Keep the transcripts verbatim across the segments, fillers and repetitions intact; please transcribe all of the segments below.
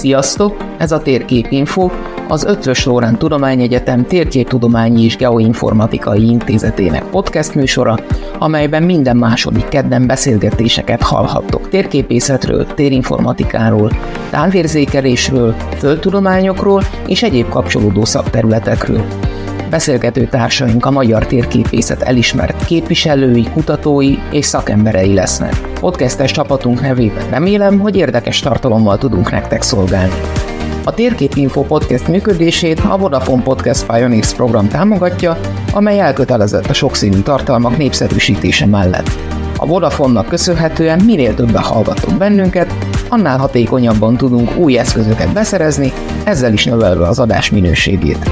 Sziasztok! Ez a Térképinfo, az Eötvös Loránd Tudományegyetem Térképtudományi és Geoinformatikai Intézetének podcast műsora, amelyben minden második kedden beszélgetéseket hallhattok térképészetről, térinformatikáról, távérzékelésről, földtudományokról és egyéb kapcsolódó szakterületekről. Beszélgető társaink a magyar térképészet elismert képviselői, kutatói és szakemberei lesznek. Podcastes csapatunk nevében remélem, hogy érdekes tartalommal tudunk nektek szolgálni. A Térképinfo podcast működését a Vodafone Podcast Pioneers program támogatja, amely elkötelezett a sokszínű tartalmak népszerűsítése mellett. A Vodafone-nak köszönhetően minél többen hallgattok bennünket, annál hatékonyabban tudunk új eszközöket beszerezni, ezzel is növelve az adás minőségét.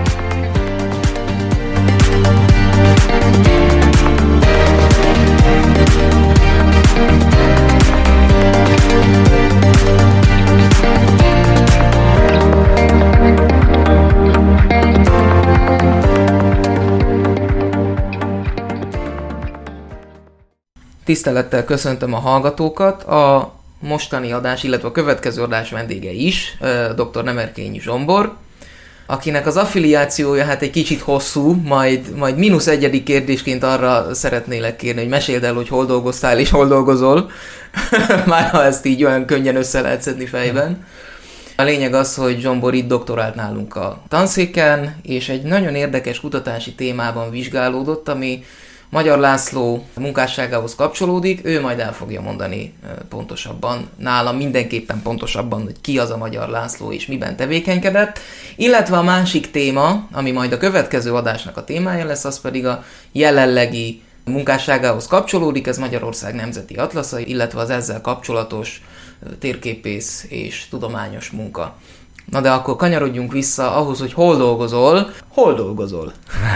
Tisztelettel köszöntöm a hallgatókat, a mostani adás, illetve a következő adás vendége is, dr. Nemerkényi Zsombor, akinek az affiliációja hát egy kicsit hosszú, majd, majd mínusz egyedik kérdésként arra szeretnélek kérni, hogy meséld el, hogy hol dolgoztál és hol dolgozol, már ha ezt így olyan könnyen össze lehet szedni fejben. A lényeg az, hogy Zsombor itt doktorált nálunk a tanszéken, és egy nagyon érdekes kutatási témában vizsgálódott, ami Magyar László munkásságához kapcsolódik, ő majd el fogja mondani pontosabban, nálam mindenképpen pontosabban, hogy ki az a Magyar László és miben tevékenykedett, illetve a másik téma, ami majd a következő adásnak a témája lesz, az pedig a jelenlegi munkásságához kapcsolódik, ez Magyarország Nemzeti Atlasza, illetve az ezzel kapcsolatos térképész és tudományos munka. Na de akkor kanyarodjunk vissza ahhoz, hogy hol dolgozol. Hol dolgozol?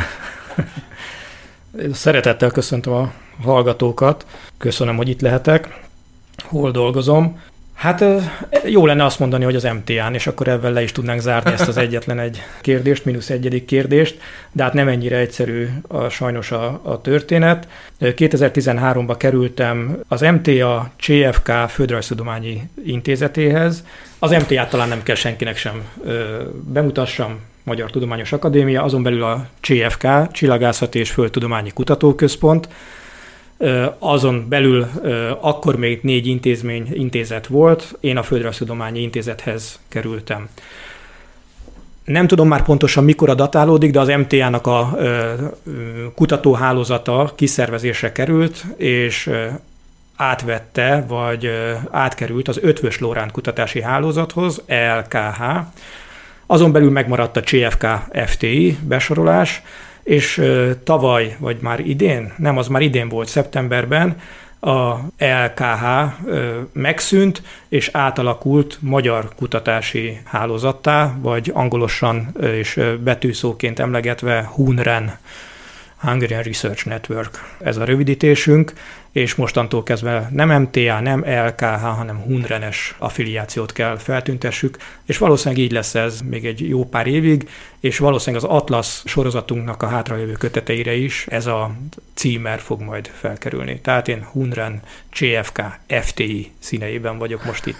Szeretettel köszöntöm a hallgatókat, köszönöm, hogy itt lehetek. Hol dolgozom? Hát jó lenne azt mondani, hogy az em té á-n, és akkor ebben le is tudnánk zárni ezt az egyetlen egy kérdést, mínusz egyedik kérdést, de hát nem ennyire egyszerű a, sajnos a, a történet. kétezer-tizenháromban kerültem az em té á cé ef ká Földrajztudományi Intézetéhez. Az em té á-t talán nem kell senkinek sem ö, bemutassam, Magyar Tudományos Akadémia, azon belül a cé ef ká, Csillagászati és Földtudományi Kutatóközpont. Azon belül akkor még négy intézmény, intézet volt, én a Földrajztudományi Intézethez kerültem. Nem tudom már pontosan mikor datálódik, de az em té á-nak a kutatóhálózata kiszervezésre került, és átvette, vagy átkerült az Eötvös Loránd Kutatási Hálózathoz, E L K H. Azon belül megmaradt a cé ef ká ef té i besorolás, és tavaly, vagy már idén, nem, az már idén volt, szeptemberben a E L K H megszűnt, és átalakult Magyar Kutatási Hálózattá, vagy angolosan és betűszóként emlegetve HUNREN, Hungarian Research Network, ez a rövidítésünk, és mostantól kezdve nem em té á, nem E L K H, hanem HUNREN-es affiliációt kell feltüntessük, és valószínűleg így lesz ez még egy jó pár évig, és valószínűleg az Atlasz sorozatunknak a hátralévő köteteire is ez a címer fog majd felkerülni. Tehát én HUNREN cé ef ká ef té i színeiben vagyok most itt.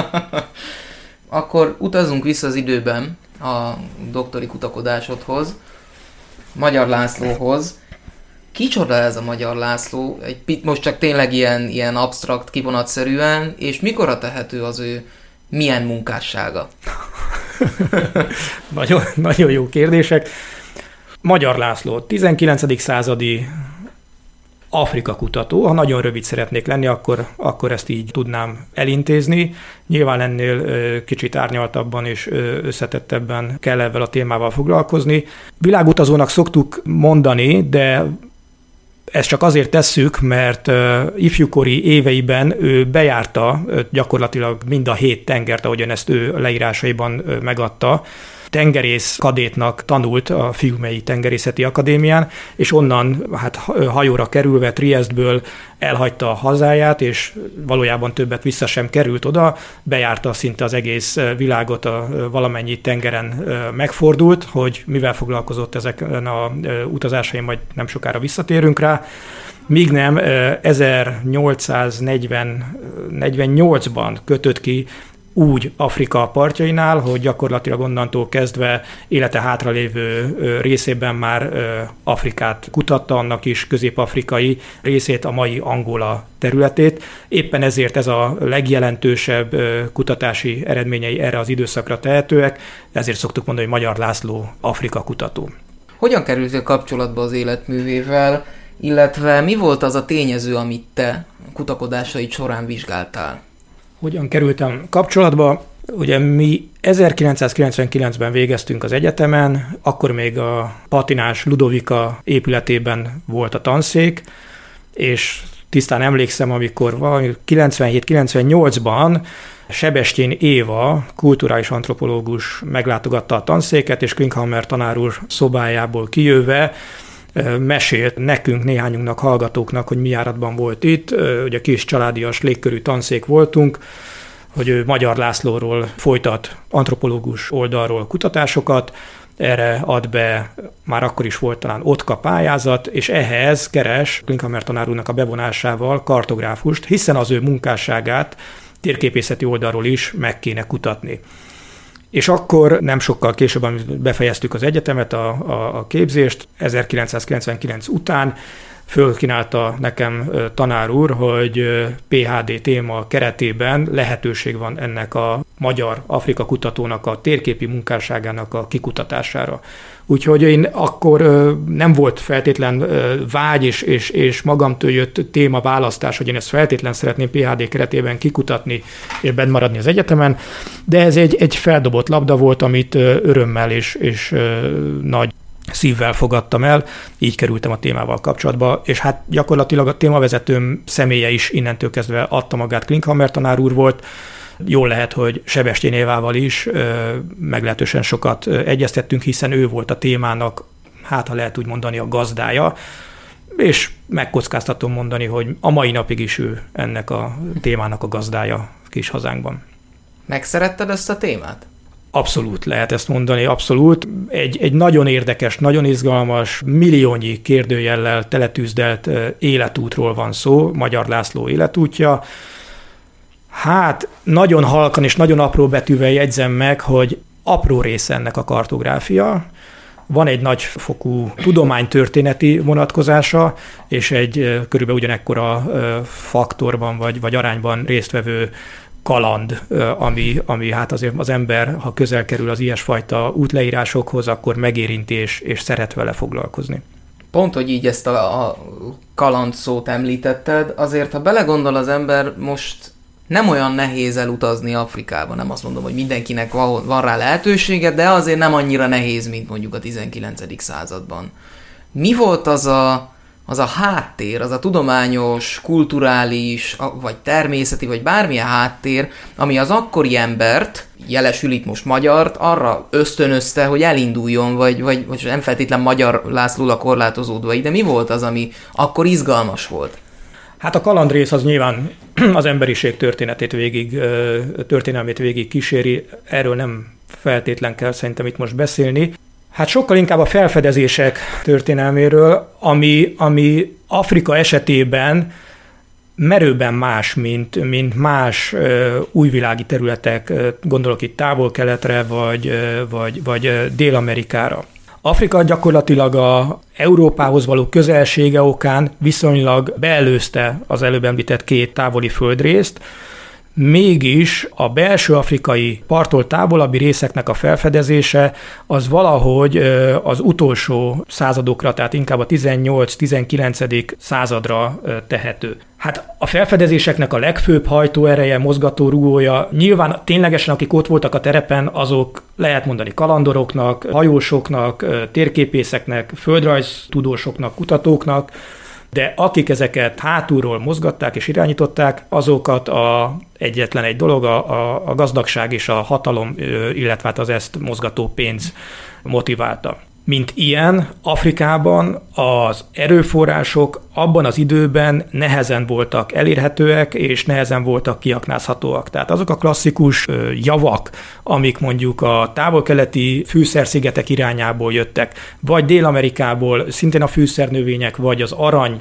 Akkor utazunk vissza az időben a doktori kutakodásodhoz, Magyar Lászlóhoz. Kicsoda ez a Magyar László? Egy, most csak tényleg ilyen, ilyen absztrakt, kivonatszerűen, és mikorra tehető az ő milyen munkássága? nagyon, nagyon jó kérdések. Magyar László, tizenkilencedik századi Afrika kutató. Ha nagyon rövid szeretnék lenni, akkor, akkor ezt így tudnám elintézni. Nyilván ennél kicsit árnyaltabban és összetettebben kell ezzel a témával foglalkozni. Világutazónak szoktuk mondani, de ezt csak azért tesszük, mert ifjúkori éveiben ő bejárta gyakorlatilag mind a hét tengert, ahogyan ezt ő leírásaiban megadta. Tengerész kadétnak tanult a Fiumei Tengerészeti Akadémián, és onnan hát hajóra kerülve Triestből elhagyta a hazáját, és valójában többet vissza sem került oda, bejárta szinte az egész világot, a valamennyi tengeren megfordult, hogy mivel foglalkozott ezeken a utazásain, majd nem sokára visszatérünk rá. Míg nem ezernyolcszáznegyvennyolcban kötött ki úgy Afrika partjainál, hogy gyakorlatilag onnantól kezdve élete hátralévő részében már Afrikát kutatta, annak is közép-afrikai részét, a mai Angola területét. Éppen ezért ez a legjelentősebb kutatási eredményei erre az időszakra tehetőek, ezért szoktuk mondani, hogy Magyar László Afrika kutató. Hogyan kerültél kapcsolatba az életművével, illetve mi volt az a tényező, amit te kutakodásaid során vizsgáltál? Hogyan kerültem kapcsolatba? Ugye mi ezerkilencszázkilencvenkilencben végeztünk az egyetemen, akkor még a Patinás Ludovika épületében volt a tanszék, és tisztán emlékszem, amikor valami kilencvenhét-kilencvennyolcban Sebestyén Éva, kulturális antropológus meglátogatta a tanszéket, és Klinkhammer tanár úr szobájából kijöve mesélt nekünk, néhányunknak, hallgatóknak, hogy mi járatban volt itt. Ugye kis családias légkörű tanszék voltunk, hogy ő Magyar Lászlóról folytat antropológus oldalról kutatásokat, erre ad be, már akkor is volt talán OTKA pályázat, és ehhez keres Klinkhammer tanár úrnak a bevonásával kartográfust, hiszen az ő munkásságát térképészeti oldalról is meg kéne kutatni. És akkor nem sokkal később, amikor befejeztük az egyetemet, a, a, a képzést, ezerkilencszázkilencvenkilenc után fölkínálta nekem tanár úr, hogy pé há dé téma keretében lehetőség van ennek a magyar Afrika kutatónak a térképi munkásságának a kikutatására. Úgyhogy én akkor nem volt feltétlen vágy és, és, és magamtól jött témaválasztás, hogy én ezt feltétlen szeretném pé há dé keretében kikutatni és bent maradni az egyetemen, de ez egy, egy feldobott labda volt, amit örömmel és, és nagy szívvel fogadtam el, így kerültem a témával kapcsolatba, és hát gyakorlatilag a témavezetőm személye is innentől kezdve adta magát, Klinkhammer tanár úr volt. Jól lehet, hogy Sebestyén Évával is meglehetősen sokat egyeztettünk, hiszen ő volt a témának, hát ha lehet úgy mondani, a gazdája, és megkockáztatom mondani, hogy a mai napig is ő ennek a témának a gazdája kis hazánkban. Megszeretted ezt a témát? Abszolút lehet ezt mondani, abszolút. Egy, egy nagyon érdekes, nagyon izgalmas, milliónyi kérdőjellel teletűzdelt életútról van szó, Magyar László életútja. Hát nagyon halkan és nagyon apró betűvel jegyzem meg, hogy apró része ennek a kartográfia. Van egy nagyfokú tudománytörténeti vonatkozása, és egy körülbelül ugyanekkora faktorban vagy, vagy arányban résztvevő kaland, ami, ami hát azért az ember, ha közel kerül az ilyesfajta útleírásokhoz, akkor megérinti és, és szeret vele foglalkozni. Pont, hogy így ezt a, a kaland szót említetted, azért ha belegondol az ember, most nem olyan nehéz elutazni Afrikába, nem azt mondom, hogy mindenkinek van, van rá lehetősége, de azért nem annyira nehéz, mint mondjuk a tizenkilencedik században. Mi volt az a az a háttér, az a tudományos, kulturális, vagy természeti, vagy bármilyen háttér, ami az akkori embert, jelesül itt most magyart, arra ösztönözte, hogy elinduljon, vagy, vagy, vagy nem feltétlen Magyar Lászlóra korlátozódva ide. Mi volt az, ami akkor izgalmas volt? Hát a kalandrész az nyilván az emberiség történetét végig, történelmét végig kíséri, erről nem feltétlen kell szerintem itt most beszélni. Hát sokkal inkább a felfedezések történelméről, ami, ami Afrika esetében merőben más, mint, mint más ö, újvilági területek, gondolok itt Távol-Keletre vagy, ö, vagy, vagy Dél-Amerikára. Afrika gyakorlatilag a Európához való közelsége okán viszonylag beelőzte az előbb említett két távoli földrészt, mégis a belső afrikai parttól távolabbi részeknek a felfedezése az valahogy az utolsó századokra, tehát inkább a tizennyolc-tizenkilencedik századra tehető. Hát a felfedezéseknek a legfőbb hajtóereje, mozgatórugója nyilván ténylegesen, akik ott voltak a terepen, azok lehet mondani kalandoroknak, hajósoknak, térképészeknek, földrajztudósoknak, kutatóknak, de akik ezeket hátulról mozgatták és irányították, azokat a, egyetlen egy dolog, a, a gazdagság és a hatalom, illetve hát az ezt mozgató pénz motiválta. Mint ilyen, Afrikában az erőforrások abban az időben nehezen voltak elérhetőek, és nehezen voltak kiaknázhatóak. Tehát azok a klasszikus javak, amik mondjuk a távol-keleti fűszerszigetek irányából jöttek, vagy Dél-Amerikából szintén a fűszernövények, vagy az arany,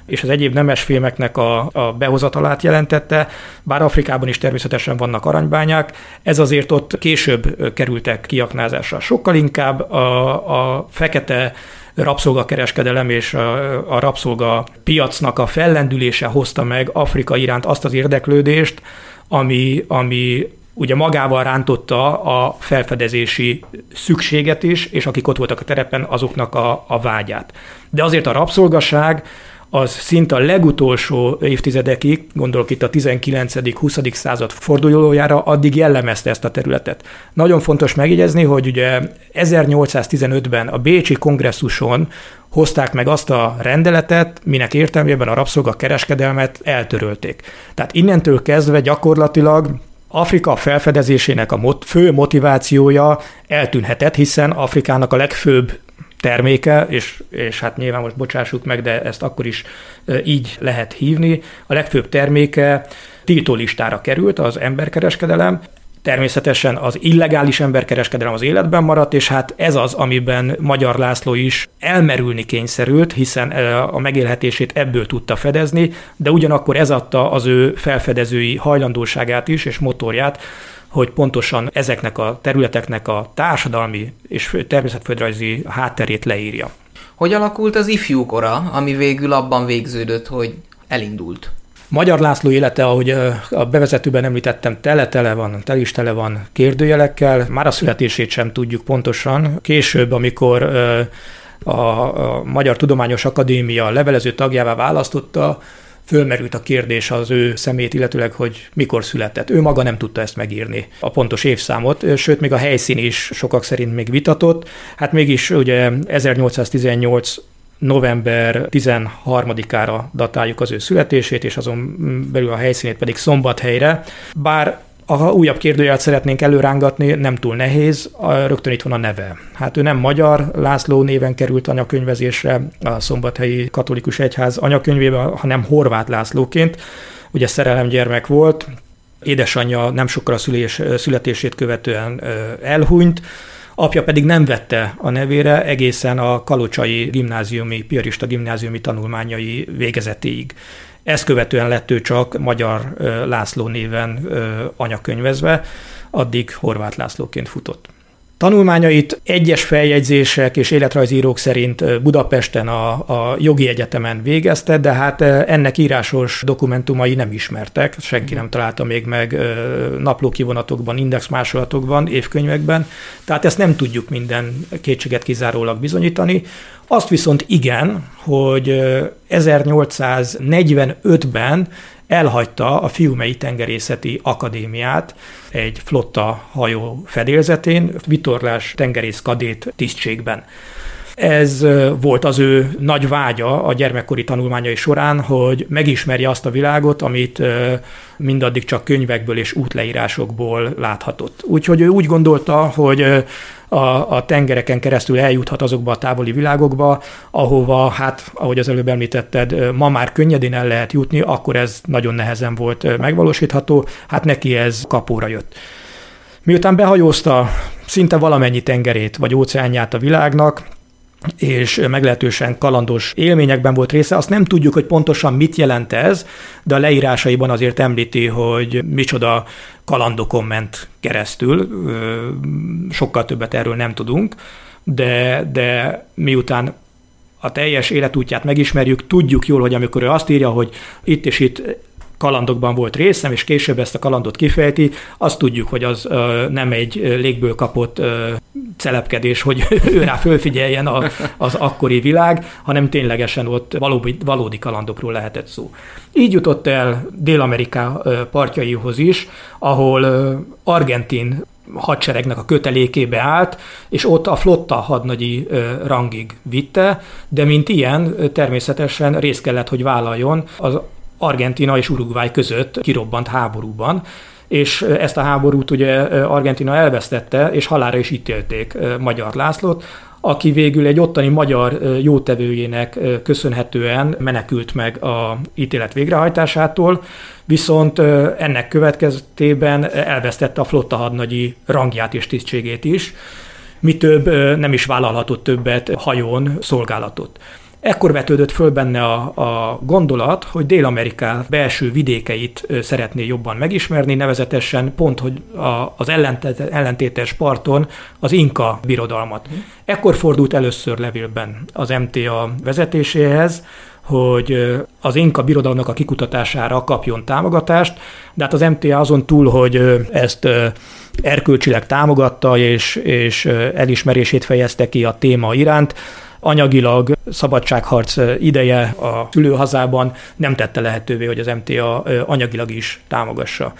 és az egyéb nemesfémeknek a, a behozatalát jelentette, bár Afrikában is természetesen vannak aranybányák, ez azért ott később kerültek kiaknázásra. Sokkal inkább a, a fekete rabszolgakereskedelem és a, a rabszolga piacnak a fellendülése hozta meg Afrika iránt azt az érdeklődést, ami, ami ugye magával rántotta a felfedezési szükséget is, és akik ott voltak a terepen, azoknak a, a vágyát. De azért a rabszolgaság az szinte a legutolsó évtizedekig, gondolok itt a tizenkilencedik-huszadik század fordulójára, addig jellemezte ezt a területet. Nagyon fontos megjegyezni, hogy ugye ezernyolcszáztizenötben a Bécsi kongresszuson hozták meg azt a rendeletet, minek értelmében a rabszolgakereskedelmet eltörölték. Tehát innentől kezdve gyakorlatilag Afrika felfedezésének a mot- fő motivációja eltűnhetett, hiszen Afrikának a legfőbb terméke, és, és hát nyilván most bocsássuk meg, de ezt akkor is e, így lehet hívni, a legfőbb terméke tiltólistára került, az emberkereskedelem. Természetesen az illegális emberkereskedelem az életben maradt, és hát ez az, amiben Magyar László is elmerülni kényszerült, hiszen a megélhetését ebből tudta fedezni, de ugyanakkor ez adta az ő felfedezői hajlandóságát is, és motorját, hogy pontosan ezeknek a területeknek a társadalmi és természetföldrajzi hátterét leírja. Hogy alakult az ifjúkora, ami végül abban végződött, hogy elindult? Magyar László élete, ahogy a bevezetőben említettem, tele-tele van, tel is tele van kérdőjelekkel, már a születését sem tudjuk pontosan. Később, amikor a Magyar Tudományos Akadémia levelező tagjává választotta, fölmerült a kérdés az ő szemét, illetőleg, hogy mikor született. Ő maga nem tudta ezt megírni, a pontos évszámot, sőt, még a helyszín is sokak szerint még vitatott. Hát mégis ugye ezernyolcszáztizennyolc november tizenharmadikára datáljuk az ő születését, és azon belül a helyszínét pedig Szombathelyre. Bár ha újabb kérdőjelet szeretnénk előrángatni, nem túl nehéz, rögtön itt van a neve. Hát ő nem Magyar László néven került anyakönyvezésre a Szombathelyi Katolikus Egyház anyakönyvében, hanem Horváth Lászlóként. Ugye szerelemgyermek volt, édesanyja nem sokkal a szülés, születését követően elhunyt, apja pedig nem vette a nevére egészen a kalocsai gimnáziumi, piarista gimnáziumi tanulmányai végezetéig. Ezt követően lett ő csak Magyar László néven anyakönyvezve, addig Horváth Lászlóként futott. Tanulmányait egyes feljegyzések és életrajzírók szerint Budapesten a, a jogi egyetemen végezte, de hát ennek írásos dokumentumai nem ismertek, senki nem találta még meg naplókivonatokban, indexmásolatokban, évkönyvekben, tehát ezt nem tudjuk minden kétséget kizárólag bizonyítani. Azt viszont igen, hogy ezernyolcszáznegyvenötben elhagyta a Fiumei Tengerészeti Akadémiát egy flotta hajó fedélzetén, vitorlás tengerész kadét tisztségben. Ez volt az ő nagy vágya a gyermekkori tanulmányai során, hogy megismerje azt a világot, amit mindaddig csak könyvekből és útleírásokból láthatott. Úgyhogy ő úgy gondolta, hogy a, a tengereken keresztül eljuthat azokba a távoli világokba, ahova, hát, ahogy az előbb említetted, ma már könnyedén el lehet jutni, akkor ez nagyon nehezen volt megvalósítható, hát neki ez kapóra jött. Miután behajózta szinte valamennyi tengerét vagy óceánját a világnak, és meglehetősen kalandos élményekben volt része. Azt nem tudjuk, hogy pontosan mit jelent ez, de a leírásaiban azért említi, hogy micsoda kalandokon ment keresztül. Sokkal többet erről nem tudunk, de, de miután a teljes életútját megismerjük, tudjuk jól, hogy amikor ő azt írja, hogy itt és itt kalandokban volt részem, és később ezt a kalandot kifejti, azt tudjuk, hogy az ö, nem egy légből kapott ö, celepkedés, hogy ő rá fölfigyeljen a, az akkori világ, hanem ténylegesen ott valódi, valódi kalandokról lehetett szó. Így jutott el Dél-Amerika partjaihoz is, ahol ö, argentin hadseregnek a kötelékébe állt, és ott a flotta hadnagyi ö, rangig vitte, de mint ilyen természetesen részt kellett, hogy vállaljon az Argentína és Uruguay között kirobbant háborúban, és ezt a háborút ugye Argentína elvesztette, és halálra is ítélték Magyar Lászlót, aki végül egy ottani magyar jótevőjének köszönhetően menekült meg a ítélet végrehajtásától, viszont ennek következtében elvesztette a flotta hadnagyi rangját és tisztségét is, mi több nem is vállalhatott többet hajón szolgálatot. Ekkor vetődött föl benne a, a gondolat, hogy Dél-Amerika belső vidékeit szeretné jobban megismerni, nevezetesen pont, hogy a, az ellentétes parton az Inka birodalmat. Ekkor fordult először levélben az em té á vezetéséhez, hogy az Inka birodalomnak a kikutatására kapjon támogatást, de hát az em té á azon túl, hogy ezt erkölcsileg támogatta és, és elismerését fejezte ki a téma iránt, anyagilag szabadságharc ideje a szülőhazában nem tette lehetővé, hogy az em té á anyagilag is támogassa.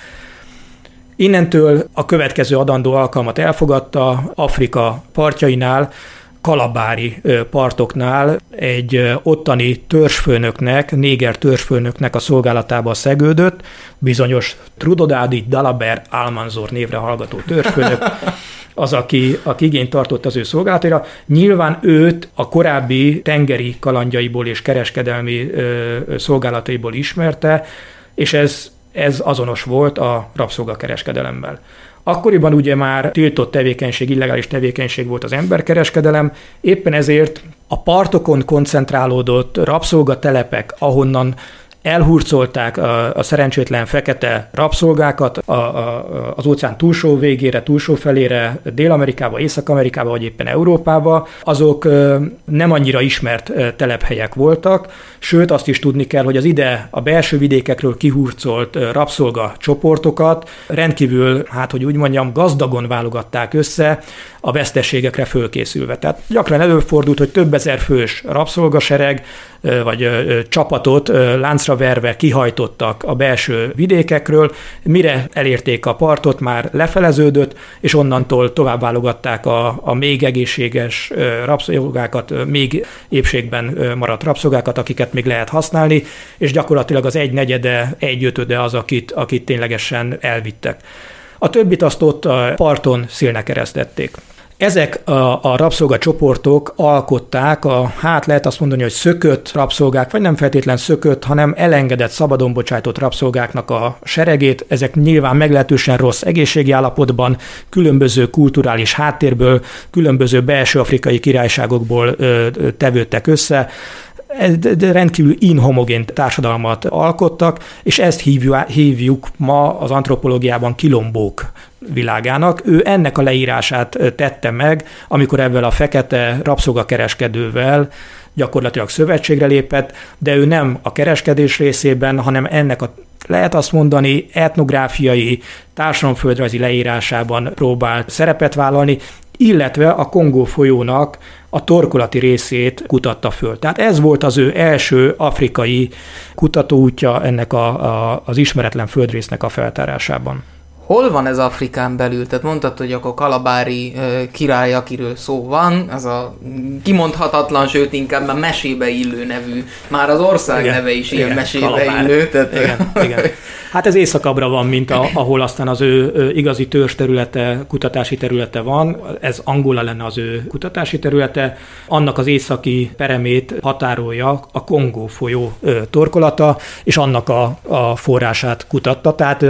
Innentől a következő adandó alkalmat elfogadta Afrika partjainál, kalabári partoknál egy ottani törzsfőnöknek, néger törzsfőnöknek a szolgálatába szegődött, bizonyos Trudodadi Dalaber Almanzor névre hallgató törzsfőnök, az, aki, aki igényt tartott az ő szolgálatára. Nyilván őt a korábbi tengeri kalandjaiból és kereskedelmi ö, szolgálataiból ismerte, és ez, ez azonos volt a rabszolgakereskedelemmel. Akkoriban ugye már tiltott tevékenység, illegális tevékenység volt az emberkereskedelem, éppen ezért a partokon koncentrálódott rabszolgatelepek, ahonnan elhurcolták a, a szerencsétlen fekete rabszolgákat a, a, az óceán túlsó végére, túlsó felére, Dél-Amerikába, Észak-Amerikába, vagy éppen Európába, azok nem annyira ismert telephelyek voltak, sőt azt is tudni kell, hogy az ide a belső vidékekről kihurcolt rabszolga csoportokat rendkívül, hát hogy úgy mondjam, gazdagon válogatták össze, a veszteségekre fölkészülve. Tehát gyakran előfordult, hogy több ezer fős rabszolgasereg vagy csapatot láncra verve kihajtottak a belső vidékekről, mire elérték a partot, már lefeleződött, és onnantól tovább válogatták a, a még egészséges rabszolgákat, még épségben maradt rabszolgákat, akiket még lehet használni, és gyakorlatilag az egy negyede, egy ötöde az, akit, akit ténylegesen elvittek. A többit azt ott a parton szélnek keresztették. Ezek a, a rabszolgacsoportok alkották a, hát lehet azt mondani, hogy szökött rabszolgák, vagy nem feltétlen szökött, hanem elengedett, szabadon bocsájtott rabszolgáknak a seregét. Ezek nyilván meglehetősen rossz egészségi állapotban, különböző kulturális háttérből, különböző belső afrikai királyságokból ö, tevődtek össze, de rendkívül inhomogén társadalmat alkottak, és ezt hívjuk, hívjuk ma az antropológiában kilombók világának. Ő ennek a leírását tette meg, amikor ebben a fekete rabszolgakereskedővel gyakorlatilag szövetségre lépett, de ő nem a kereskedés részében, hanem ennek a, lehet azt mondani, etnográfiai, társadalomföldrajzi leírásában próbált szerepet vállalni, illetve a Kongó folyónak a torkolati részét kutatta föl. Tehát ez volt az ő első afrikai kutatóútja ennek a, a, az ismeretlen földrésznek a feltárásában. Hol van ez Afrikán belül? Tehát mondtad, hogy akkor kalabári király, akiről szó van, az a kimondhatatlan, sőt inkább már mesébe illő nevű, már az ország igen, neve is igen, ilyen mesébe kalabár. illő. Tehát... Igen, igen. Hát ez északabbra van, mint a, ahol aztán az ő, ő igazi törzs területe, kutatási területe van. Ez Angola lenne az ő kutatási területe. Annak az északi peremét határolja a Kongó folyó torkolata, és annak a, a forrását kutatta. Tehát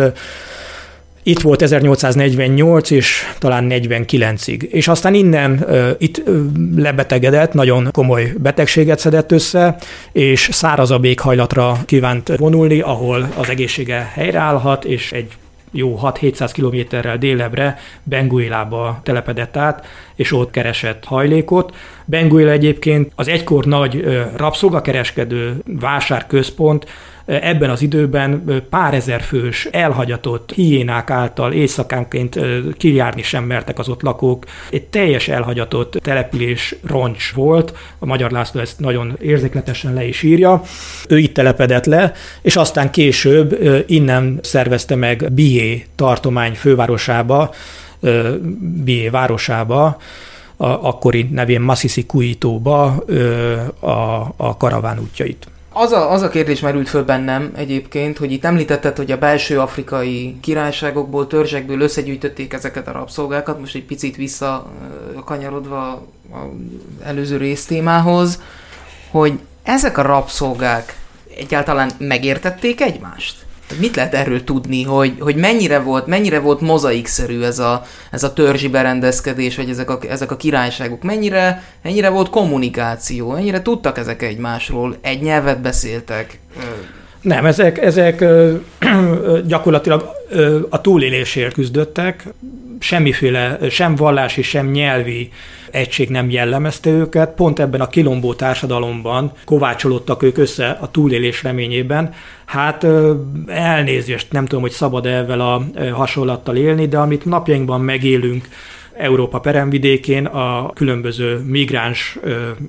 itt volt ezernyolcszáznegyvennyolc és talán negyvenkilencig. És aztán innen uh, itt uh, lebetegedett, nagyon komoly betegséget szedett össze, és szárazabb éghajlatra kívánt vonulni, ahol az egészsége helyreállhat, és egy jó hat-hétszáz kilométerrel délebbre Benguelába telepedett át, és ott keresett hajlékot. Benguela egyébként az egykor nagy uh, rabszolgakereskedő vásárközpont, ebben az időben pár ezer fős, elhagyatott hiénák által éjszakánként kijárni sem mertek az ott lakók. Egy teljes elhagyatott település roncs volt, a Magyar László ezt nagyon érzékletesen le is írja. Ő itt telepedett le, és aztán később innen szervezte meg Bié tartomány fővárosába, Bié városába, a akkori nevén Masisi Kuitóba a, a karaván útjait. Az a, az a kérdés merült föl bennem egyébként, hogy itt említetted, hogy a belső afrikai királyságokból, törzsekből összegyűjtötték ezeket a rabszolgákat, most egy picit visszakanyarodva az előző résztémához, hogy ezek a rabszolgák egyáltalán megértették egymást? Mit lehet erről tudni, hogy, hogy mennyire volt, mennyire volt mozaikszerű ez a, ez a törzsi berendezkedés, vagy ezek a, ezek a királyságok, mennyire, mennyire volt kommunikáció, mennyire tudtak ezek egymásról, egy nyelvet beszéltek? Nem, ezek, ezek gyakorlatilag a túlélésért küzdöttek, semmiféle, sem vallási, sem nyelvi egység nem jellemezte őket, pont ebben a kilombó társadalomban kovácsolódtak ők össze a túlélés reményében. Hát elnézést, nem tudom, hogy szabad ezzel a hasonlattal élni, de amit napjainkban megélünk Európa peremvidékén a különböző migráns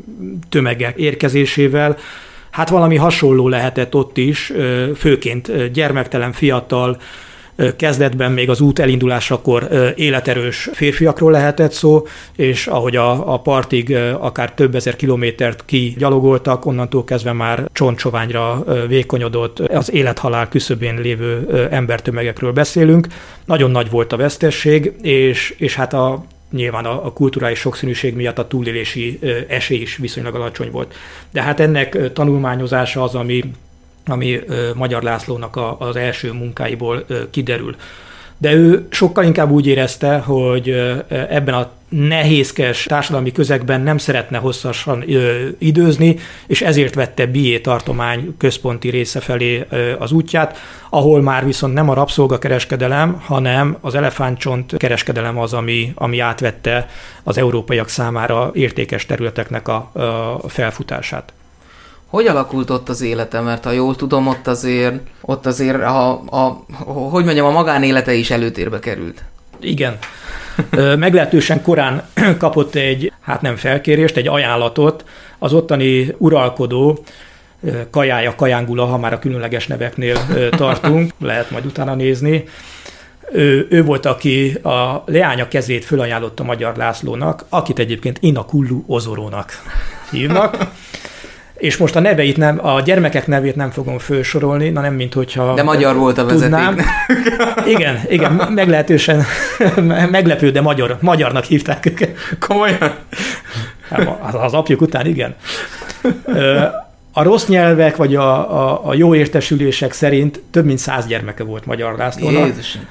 tömegek érkezésével, hát valami hasonló lehetett ott is, főként gyermektelen, fiatal, kezdetben még az út elindulásakor életerős férfiakról lehetett szó, és ahogy a, a partig akár több ezer kilométert kigyalogoltak, onnantól kezdve már csontsoványra vékonyodott, az élethalál küszöbén lévő embertömegekről beszélünk. Nagyon nagy volt a vesztesség, és, és hát a nyilván a, a kulturális sokszínűség miatt a túlélési esély is viszonylag alacsony volt. De hát ennek tanulmányozása az, ami ami Magyar Lászlónak a, az első munkáiból kiderül. De ő sokkal inkább úgy érezte, hogy ebben a nehézkes társadalmi közegben nem szeretne hosszasan időzni, és ezért vette Bié tartomány központi része felé az útját, ahol már viszont nem a rabszolgakereskedelem, hanem az elefántcsont kereskedelem az, ami, ami átvette az európaiak számára értékes területeknek a, a felfutását. Hogy alakult ott az élete? Mert ha jól tudom, ott azért, ott azért a, a, hogy mondjam, a magánélete is előtérbe került. Igen. Meglehetősen korán kapott egy, hát nem felkérést, egy ajánlatot az ottani uralkodó, Kajája Kajángula, ha már a különleges neveknél tartunk, lehet majd utána nézni. Ő, ő volt, aki a leánya kezét fölajánlotta Magyar Lászlónak, akit egyébként Inakullu Ozorónak hívnak. És most a neveit nem, a gyermekek nevét nem fogom felsorolni, na nem, mint hogyha de magyar volt a vezeték. Igen, igen, meglehetősen meglepő, de magyar, magyarnak hívták őket. Komolyan? Az, az apjuk után, igen. A rossz nyelvek, vagy a, a, a jó értesülések szerint több mint száz gyermeke volt Magyar Lászlónak. Jézusom.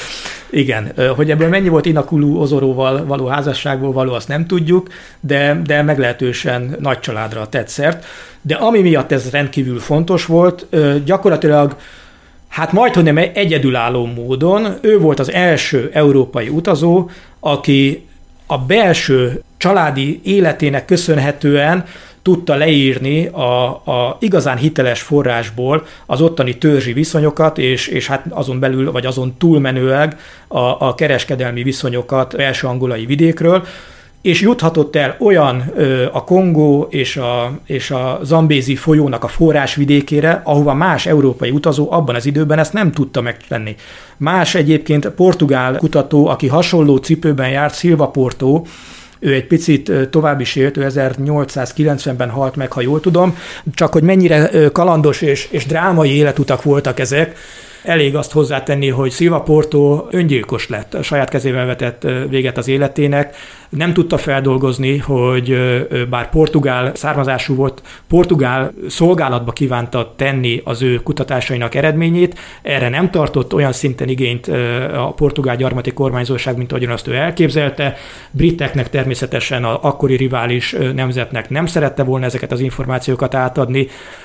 Igen, hogy ebből mennyi volt Inakullu Ozoróval való házasságból való, azt nem tudjuk, de, de meglehetősen nagy családra tett szert. De ami miatt ez rendkívül fontos volt, gyakorlatilag, hát majdhogy nem egyedülálló módon, ő volt az első európai utazó, aki a belső családi életének köszönhetően tudta leírni a, a igazán hiteles forrásból az ottani törzsi viszonyokat, és, és hát azon belül, vagy azon túlmenőleg a, a kereskedelmi viszonyokat belső angolai vidékről, és juthatott el olyan ö, a Kongó és a, és a Zambézi folyónak a forrásvidékére, ahova más európai utazó abban az időben ezt nem tudta megtenni. Más egyébként portugál kutató, aki hasonló cipőben járt, Silva Porto, ő egy picit tovább is élt, ő ezernyolcszázkilencvenben halt meg, ha jól tudom, csak hogy mennyire kalandos és, és drámai életutak voltak ezek, elég azt hozzátenni, hogy Silva Porto öngyilkos lett, a saját kezével vetett véget az életének, nem tudta feldolgozni, hogy bár portugál származású volt, portugál szolgálatba kívánta tenni az ő kutatásainak eredményét, erre nem tartott olyan szinten igényt a portugál gyarmati kormányzóság, mint ahogyan azt ő elképzelte. Briteknek természetesen az akkori rivális nemzetnek nem szerette volna ezeket az információkat átadni,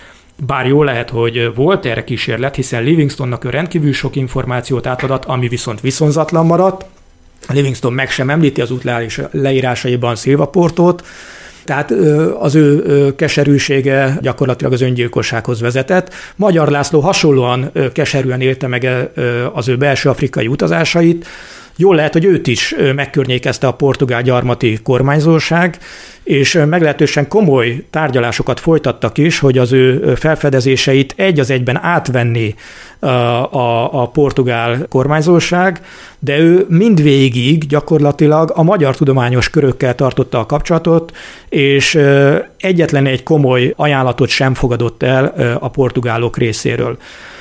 bár jó lehet, hogy volt erre kísérlet, hiszen Livingstonnak ő rendkívül sok információt átadott, ami viszont viszonzatlan maradt. Livingston meg sem említi az út leírásaiban Silva Portót, tehát az ő keserűsége gyakorlatilag az öngyilkossághoz vezetett. Magyar László hasonlóan keserűen élte meg az ő belső afrikai utazásait. Jól lehet, hogy őt is megkörnyékezte a portugál gyarmati kormányzóság, és meglehetősen komoly tárgyalásokat folytattak is, hogy az ő felfedezéseit egy az egyben átvenni a, a, a portugál kormányzóság, de ő mindvégig gyakorlatilag a magyar tudományos körökkel tartotta a kapcsolatot, és egyetlen egy komoly ajánlatot sem fogadott el a portugálok részéről.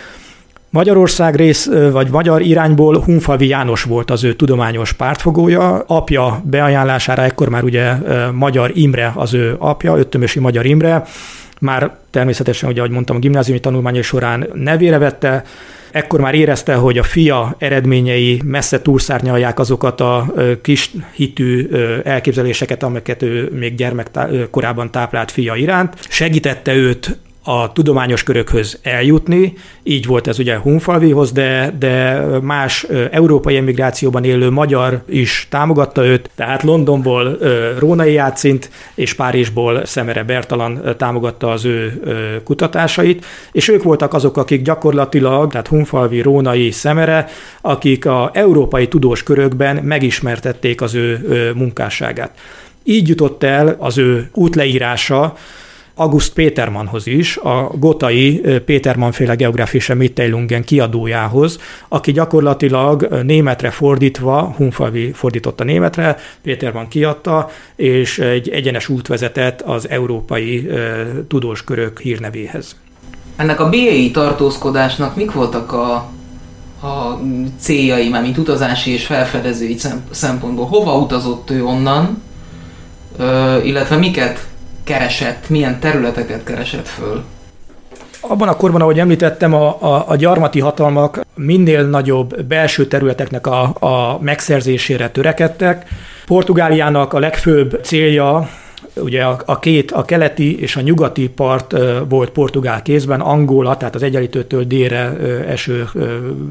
Magyarország rész, vagy magyar irányból Hunfalvi János volt az ő tudományos pártfogója. Apja beajánlására ekkor már ugye Magyar Imre az ő apja, Öttömösi Magyar Imre. Már természetesen, ugye, ahogy mondtam, a gimnáziumi tanulmányai során nevére vette. Ekkor már érezte, hogy a fia eredményei messze túlszárnyalják azokat a kis hitű elképzeléseket, amiket ő még gyermekkorában táplált fia iránt. Segítette őt a tudományos körökhöz eljutni, így volt ez ugye Hunfalvihoz, de, de más európai emigrációban élő magyar is támogatta őt, tehát Londonból Rónai Játszint és Párizsból Szemere Bertalan támogatta az ő kutatásait, és ők voltak azok, akik gyakorlatilag, tehát Hunfalvi, Rónai, Szemere, akik az európai tudós körökben megismertették az ő munkásságát. Így jutott el az ő útleírása August Petermannhoz is, a gotai Petermann-féle Geographische Mitteilungen kiadójához, aki gyakorlatilag németre fordítva, Hunfalvi fordította németre, Petermann kiadta, és egy egyenes út vezetett az európai tudóskörök hírnevéhez. Ennek a bélyei tartózkodásnak mik voltak a, a céljai, már mint utazási és felfedezői szempontból? Hova utazott ő onnan, illetve miket keresett, milyen területeket keresett föl? Abban a korban, ahogy említettem, a, a, a gyarmati hatalmak minél nagyobb belső területeknek a, a megszerzésére törekedtek. Portugáliának a legfőbb célja, ugye a, a két, a keleti és a nyugati part uh, volt portugál kézben, Angola, tehát az Egyenlítőtől délre uh, eső uh,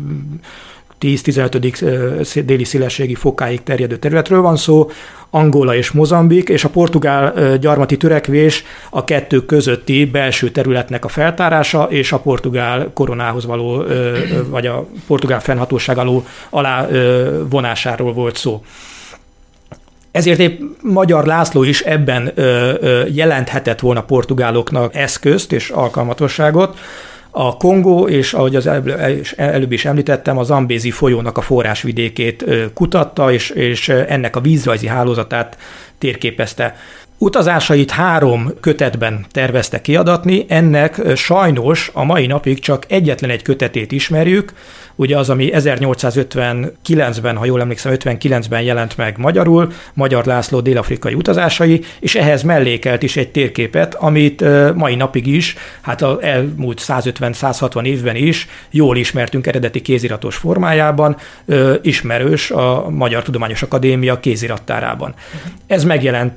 tíz-tizenöt déli szélességi fokáig terjedő területről van szó, Angola és Mozambik, és a portugál gyarmati törekvés a kettő közötti belső területnek a feltárása és a portugál koronához való, vagy a portugál fennhatóság alá vonásáról volt szó. Ezért épp Magyar László is ebben jelenthetett volna portugáloknak eszközt és alkalmatosságot. A Kongó és, ahogy az előbb is említettem, a Zambézi folyónak a forrásvidékét kutatta, és, és ennek a vízrajzi hálózatát térképezte. Utazásait három kötetben tervezte kiadatni, ennek sajnos a mai napig csak egyetlen egy kötetét ismerjük, ugye az, ami ezernyolcszázötvenkilencben, ha jól emlékszem, ötvenkilencben jelent meg magyarul, Magyar László dél-afrikai utazásai, és ehhez mellékelt is egy térképet, amit mai napig is, hát az elmúlt százötven-százhatvan évben is jól ismertünk eredeti kéziratos formájában, ismerős a Magyar Tudományos Akadémia kézirattárában. Ez megjelent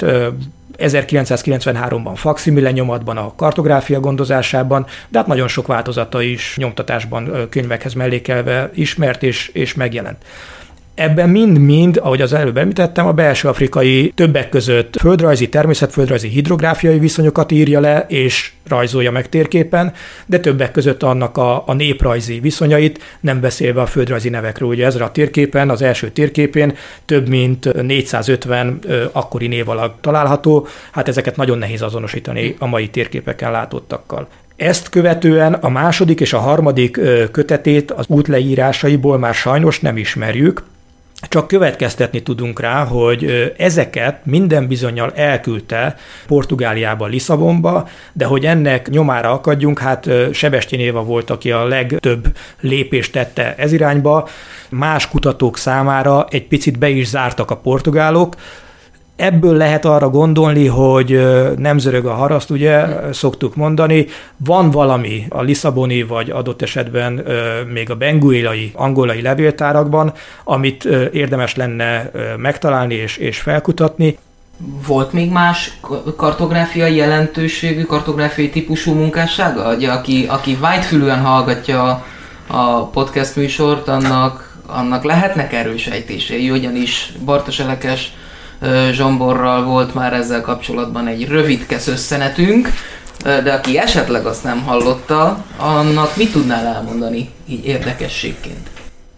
ezerkilencszázkilencvenháromban fakszimile nyomatban, a kartográfia gondozásában, de hát nagyon sok változata is nyomtatásban, könyvekhez mellékelve ismert és, és megjelent. Ebben mind-mind, ahogy az előbb említettem, a belső afrikai többek között földrajzi, természetföldrajzi, hidrográfiai viszonyokat írja le, és rajzolja meg térképen, de többek között annak a, a néprajzi viszonyait, nem beszélve a földrajzi nevekről. Ugye ezzel a térképen, az első térképén több mint négyszázötven ö, akkori névalag található, hát ezeket nagyon nehéz azonosítani a mai térképeken látottakkal. Ezt követően a második és a harmadik kötetét az útleírásaiból már sajnos nem ismerjük, csak következtetni tudunk rá, hogy ezeket minden bizonnyal elküldte Portugáliába, Lisszabonba, de hogy ennek nyomára akadjunk, hát Sebestyén Éva volt, aki a legtöbb lépést tette ez irányba, más kutatók számára egy picit be is zártak a portugálok. Ebből lehet arra gondolni, hogy nem zörög a haraszt, ugye, szoktuk mondani. Van valami a lisszaboni, vagy adott esetben még a benguelai, angolai levéltárakban, amit érdemes lenne megtalálni és, és felkutatni. Volt még más kartográfiai jelentőségű, kartográfiai típusú munkássága? Ugye, aki, aki vágyfülűen hallgatja a podcast műsort, annak, annak lehetnek erős sejtései, ugyanis Bartos Elekes Zsomborral volt már ezzel kapcsolatban egy rövidkesz összenetünk, de aki esetleg azt nem hallotta, annak mit tudnál elmondani így érdekességként?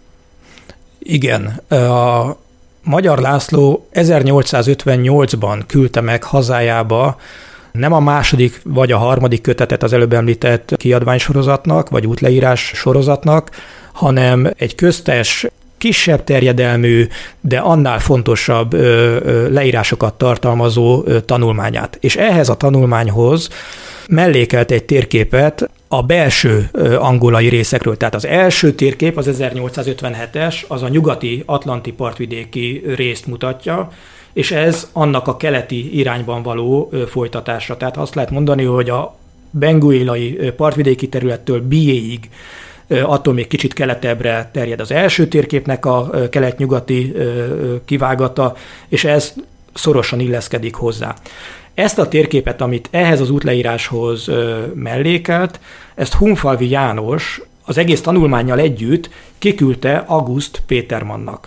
Igen, a Magyar László ezernyolcszázötvennyolcban küldte meg hazájába nem a második vagy a harmadik kötetet az előbb említett kiadványsorozatnak, vagy útleírás sorozatnak, hanem egy köztes, kisebb terjedelmű, de annál fontosabb ö, ö, leírásokat tartalmazó ö, tanulmányát. És ehhez a tanulmányhoz mellékelt egy térképet a belső ö, angolai részekről. Tehát az első térkép, az ezernyolcszázötvenhetes, az a nyugati atlanti partvidéki részt mutatja, és ez annak a keleti irányban való ö, folytatása. Tehát azt lehet mondani, hogy a benguelai partvidéki területtől Biéig attól még kicsit keletebbre terjed az első térképnek a kelet-nyugati kivágata, és ez szorosan illeszkedik hozzá. Ezt a térképet, amit ehhez az útleíráshoz mellékelt, ezt Hunfalvi János az egész tanulmánnyal együtt kiküldte August Petermannnak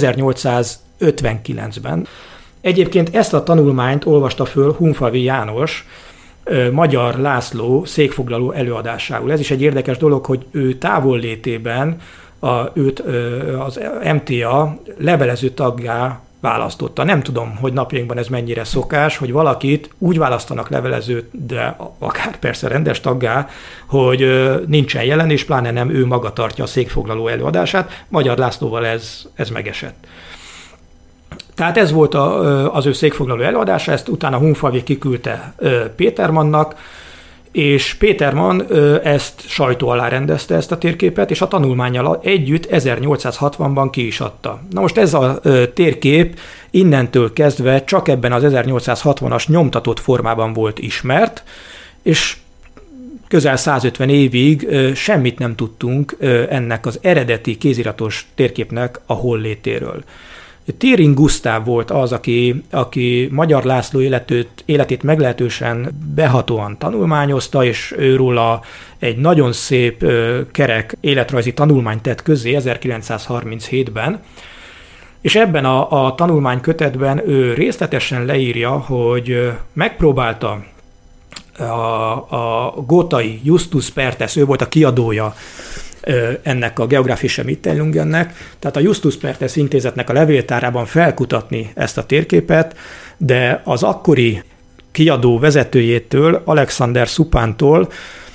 ezernyolcszázötvenkilencben. Egyébként ezt a tanulmányt olvasta föl Hunfalvi János Magyar László székfoglaló előadásául. Ez is egy érdekes dolog, hogy ő távollétében a, őt az em té á levelező taggá választotta. Nem tudom, hogy napjainkban ez mennyire szokás, hogy valakit úgy választanak levelezőt, de akár persze rendes taggá, hogy nincsen jelen, és pláne nem ő maga tartja a székfoglaló előadását. Magyar Lászlóval ez, ez megesett. Tehát ez volt a, az ő székfoglaló előadása, ezt utána Hunfalvi kiküldte Petermannnak, és Petermann ezt sajtó alá rendezte, ezt a térképet, és a tanulmánnyal együtt ezernyolcszázhatvanban ki is adta. Na most ez a térkép innentől kezdve csak ebben az ezernyolcszázhatvanas nyomtatott formában volt ismert, és közel százötven évig semmit nem tudtunk ennek az eredeti kéziratos térképnek a hollétéről. Thiering Gusztáv volt az, aki, aki Magyar László életét, életét meglehetősen behatóan tanulmányozta, és őróla egy nagyon szép kerek életrajzi tanulmányt tett közzé ezerkilencszázharminchétben, és ebben a, a tanulmánykötetben ő részletesen leírja, hogy megpróbálta a, a gótai Justus Perthes, ő volt a kiadója ennek a Geographische Mitteilungennek, tehát a Justus Perthes intézetnek a levéltárában felkutatni ezt a térképet, de az akkori kiadó vezetőjétől, Alexander Supántól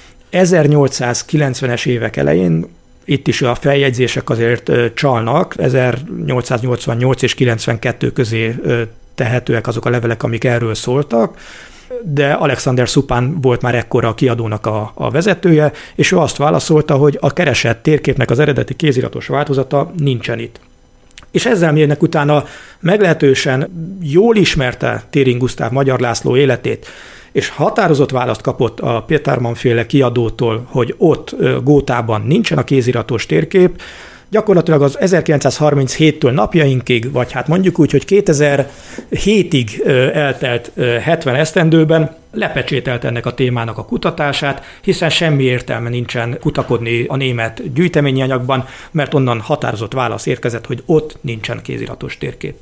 ezernyolcszázkilencvenes évek elején, itt is a feljegyzések azért csalnak, ezernyolcszáznyolcvannyolc és kilencvenkettő közé tehetőek azok a levelek, amik erről szóltak, de Alexander Supán volt már ekkora a kiadónak a, a vezetője, és ő azt válaszolta, hogy a keresett térképnek az eredeti kéziratos változata nincsen itt. És ezzel mérnek utána meglehetősen jól ismerte Thiering Gusztáv Magyar László életét, és határozott választ kapott a Petermann-féle kiadótól, hogy ott Gótában nincsen a kéziratos térkép, gyakorlatilag az ezerkilencszázharminchéttől napjainkig, vagy hát mondjuk úgy, hogy kétezer-hétig eltelt hetven esztendőben lepecsételt ennek a témának a kutatását, hiszen semmi értelme nincsen kutakodni a német gyűjteményi anyagban, mert onnan határozott válasz érkezett, hogy ott nincsen kéziratos térkép.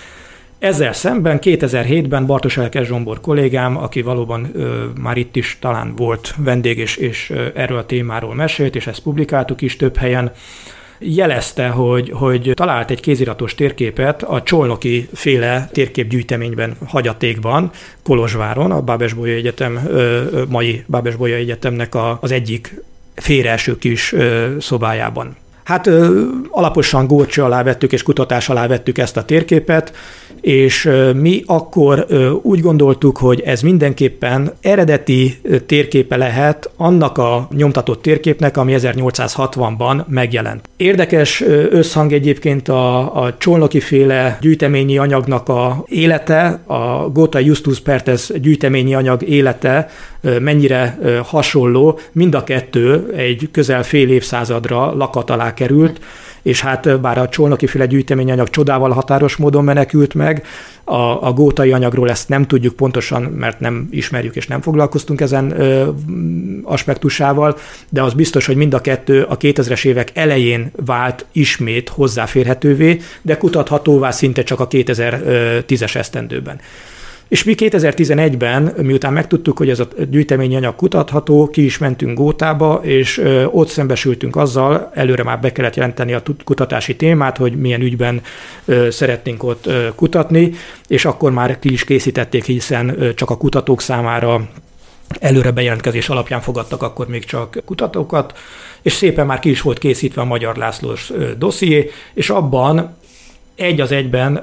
Ezzel szemben kétezer-hétben Bartos Elkes Zsombor kollégám, aki valóban ö, már itt is talán volt vendég, és, és ö, erről a témáról mesélt, és ezt publikáltuk is több helyen, jelezte, hogy, hogy talált egy kéziratos térképet a csolnoki féle térképgyűjteményben, hagyatékban, Kolozsváron, a Bábes-Bolyai Egyetem, mai Bábes-Bolyai Egyetemnek a, az egyik félreeső kis szobájában. Hát alaposan górcső alá vettük és kutatás alá vettük ezt a térképet, és mi akkor úgy gondoltuk, hogy ez mindenképpen eredeti térképe lehet annak a nyomtatott térképnek, ami ezernyolcszázhatvanban megjelent. Érdekes összhang egyébként a, a csolnoki féle gyűjteményi anyagnak a élete, a gótai Justus Perthes gyűjteményi anyag élete mennyire hasonló, mind a kettő egy közel fél évszázadra lakat alá került, és hát bár a csolnoki-féle gyűjteményanyag csodával határos módon menekült meg, a, a gótai anyagról ezt nem tudjuk pontosan, mert nem ismerjük és nem foglalkoztunk ezen ö, aspektusával, de az biztos, hogy mind a kettő a kétezres évek elején vált ismét hozzáférhetővé, de kutathatóvá szinte csak a kétezer-tízes esztendőben. És mi kétezer-tizenegyben, miután megtudtuk, hogy ez a gyűjteményi anyag kutatható, ki is mentünk Gótába, és ott szembesültünk azzal, előre már be kellett jelenteni a kutatási témát, hogy milyen ügyben szeretnénk ott kutatni, és akkor már ki is készítették, hiszen csak a kutatók számára előre bejelentkezés alapján fogadtak akkor még csak kutatókat, és szépen már ki is volt készítve a Magyar Lászlós dosszié, és abban egy az egyben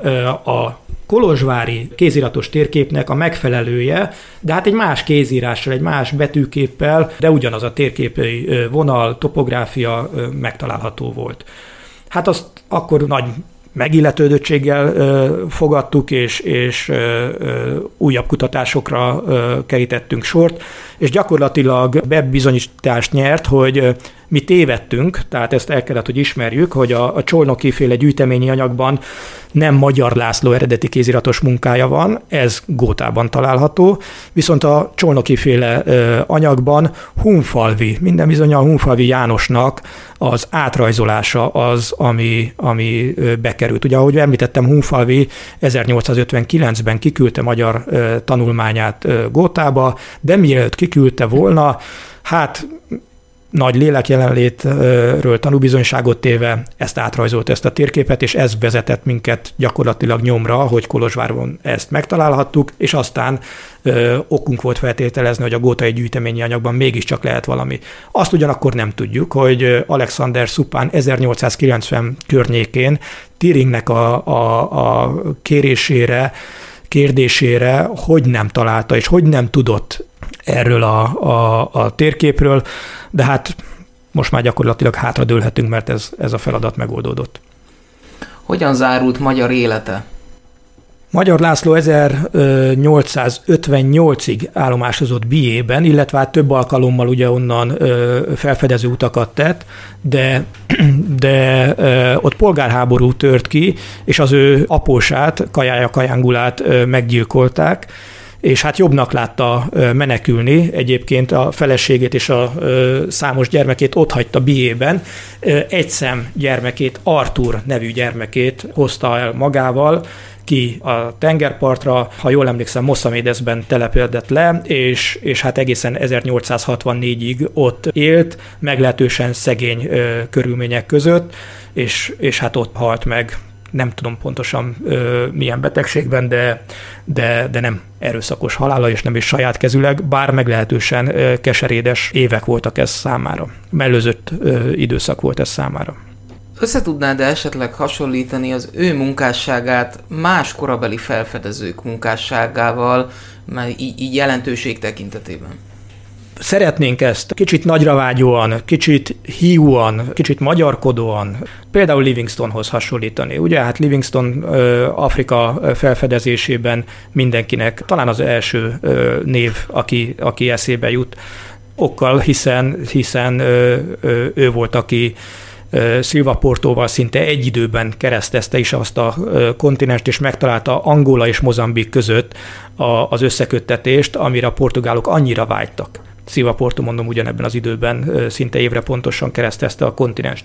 a kolozsvári kéziratos térképnek a megfelelője, de hát egy más kézírással, egy más betűképpel, de ugyanaz a térképi vonal, topográfia megtalálható volt. Hát azt akkor nagy megilletődöttséggel fogadtuk, és, és újabb kutatásokra kerítettünk sort, és gyakorlatilag bebizonyítást nyert, hogy Mi tévedtünk, tehát ezt el kellett, hogy ismerjük, hogy a, a Csolnoky-féle gyűjteményi anyagban nem Magyar László eredeti kéziratos munkája van, ez Gótában található, viszont a Csolnoky-féle ö, anyagban Hunfalvi, minden bizonnyal Hunfalvi Jánosnak az átrajzolása az, ami, ami ö, bekerült. Ugye, ahogy említettem, Hunfalvi ezernyolcszázötvenkilencben kiküldte magyar ö, tanulmányát ö, Gótába, de mielőtt kiküldte volna, hát nagy lélek jelenlétről tanúbizonyságot téve ezt átrajzolt ezt a térképet, és ez vezetett minket gyakorlatilag nyomra, hogy Kolozsváron ezt megtalálhattuk, és aztán ö, okunk volt feltételezni, hogy a gótai gyűjteményi anyagban mégiscsak lehet valami. Azt ugyanakkor nem tudjuk, hogy Alexander Szupán ezernyolcszázkilencven környékén Tiringnek a, a, a kérésére, kérdésére, hogy nem találta, és hogy nem tudott erről a, a, a térképről, de hát most már gyakorlatilag hátradőlhetünk, mert ez, ez a feladat megoldódott. Hogyan zárult magyar élete? Magyar László ezernyolcszázötvennyolcig állomásozott Biében, illetve hát több alkalommal ugye onnan felfedező utakat tett, de, de ott polgárháború tört ki, és az ő apósát, Kajája Kajángulát meggyilkolták, és hát jobbnak látta menekülni, egyébként a feleségét és a számos gyermekét otthagyta Biében, egy szem gyermekét, Artur nevű gyermekét hozta el magával ki a tengerpartra, ha jól emlékszem, Mossamédesben telepedett le, és, és hát egészen ezernyolcszázhatvannégyig ott élt, meglehetősen szegény ö, körülmények között, és, és hát ott halt meg. Nem tudom pontosan ö, milyen betegségben, de, de, de nem erőszakos halála, és nem is saját kezüleg, bár meglehetősen ö, keserédes évek voltak ez számára. Mellőzött ö, időszak volt ez számára. Összetudnád-e esetleg hasonlítani az ő munkásságát más korabeli felfedezők munkásságával, már így, így jelentőség tekintetében? Szeretnénk ezt kicsit nagyra vágyóan, kicsit hiúan, kicsit magyarkodóan, például Livingstonehoz hasonlítani. Ugye hát Livingstone Afrika felfedezésében mindenkinek talán az első név, aki, aki eszébe jut, okkal, hiszen, hiszen ő volt, aki Silva Portóval szinte egy időben keresztezte is azt a kontinenst, és megtalálta Angola és Mozambik között az összeköttetést, amire a portugálok annyira vágytak. Silva Porto, mondom, ugyanebben az időben szinte évre pontosan keresztezte a kontinenst.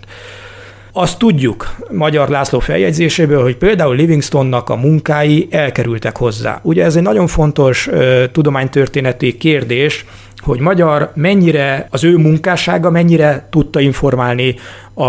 Azt tudjuk Magyar László feljegyzéséből, hogy például Livingstone-nak a munkái elkerültek hozzá. Ugye ez egy nagyon fontos uh, tudománytörténeti kérdés, hogy Magyar mennyire, az ő munkássága mennyire tudta informálni a,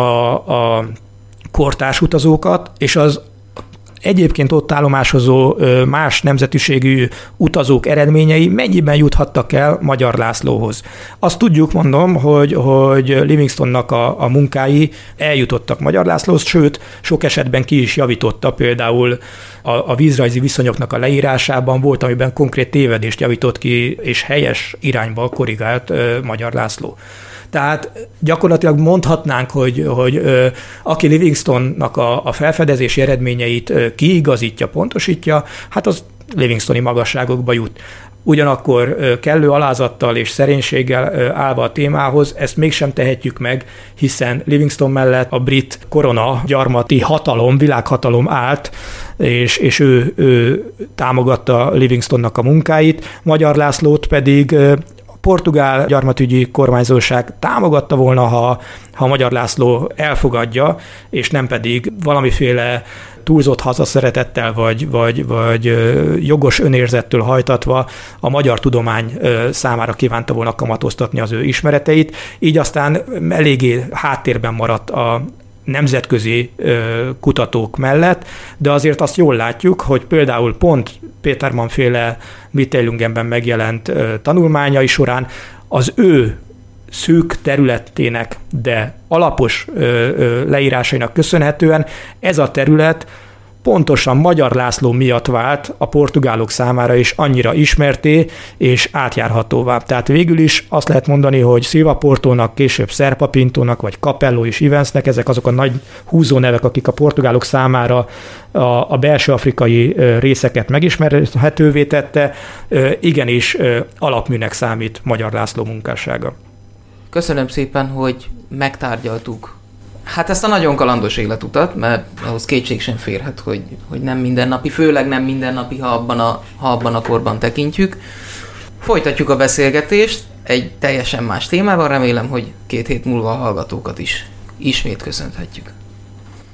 a kortárs utazókat, és az egyébként ott állomásozó más nemzetiségű utazók eredményei mennyiben juthattak el Magyar Lászlóhoz. Azt tudjuk, mondom, hogy, hogy Livingstone-nak a, a munkái eljutottak Magyar Lászlóhoz, sőt, sok esetben ki is javította, például a, a vízrajzi viszonyoknak a leírásában volt, amiben konkrét tévedést javított ki, és helyes irányba korrigált Magyar László. Tehát gyakorlatilag mondhatnánk, hogy, hogy ö, aki Livingstone-nak a, a felfedezési eredményeit ö, kiigazítja, pontosítja, hát az Livingstone-i magasságokba jut. Ugyanakkor ö, kellő alázattal és szerénységgel ö, állva a témához, ezt mégsem tehetjük meg, hiszen Livingstone mellett a brit korona gyarmati hatalom, világhatalom állt, és, és ő, ő támogatta Livingstone-nak a munkáit, Magyar Lászlót pedig ö, portugál gyarmatügyi kormányzóság támogatta volna, ha, ha Magyar László elfogadja, és nem pedig valamiféle túlzott hazaszeretettel, vagy, vagy, vagy jogos önérzettől hajtatva a magyar tudomány számára kívánta volna kamatoztatni az ő ismereteit. Így aztán eléggé háttérben maradt a nemzetközi kutatók mellett, de azért azt jól látjuk, hogy például pont Petermann-féle Mitteilungenben megjelent tanulmányai során az ő szűk területének, de alapos leírásainak köszönhetően ez a terület pontosan Magyar László miatt vált a portugálok számára is annyira ismerté és átjárhatóvá. Tehát végül is azt lehet mondani, hogy Silva Portónak, később Serpa Pintónak, vagy Capello és Evansnek, ezek azok a nagy húzónevek, akik a portugálok számára a, a belső afrikai részeket megismerhetővé tette, igenis alapműnek számít Magyar László munkássága. Köszönöm szépen, hogy megtárgyaltuk hát ezt a nagyon kalandos életutat, mert ahhoz kétség sem férhet, hogy, hogy nem mindennapi, főleg nem mindennapi, ha abban, a, ha abban a korban tekintjük. Folytatjuk a beszélgetést egy teljesen más témában, remélem, hogy két hét múlva a hallgatókat is ismét köszönhetjük.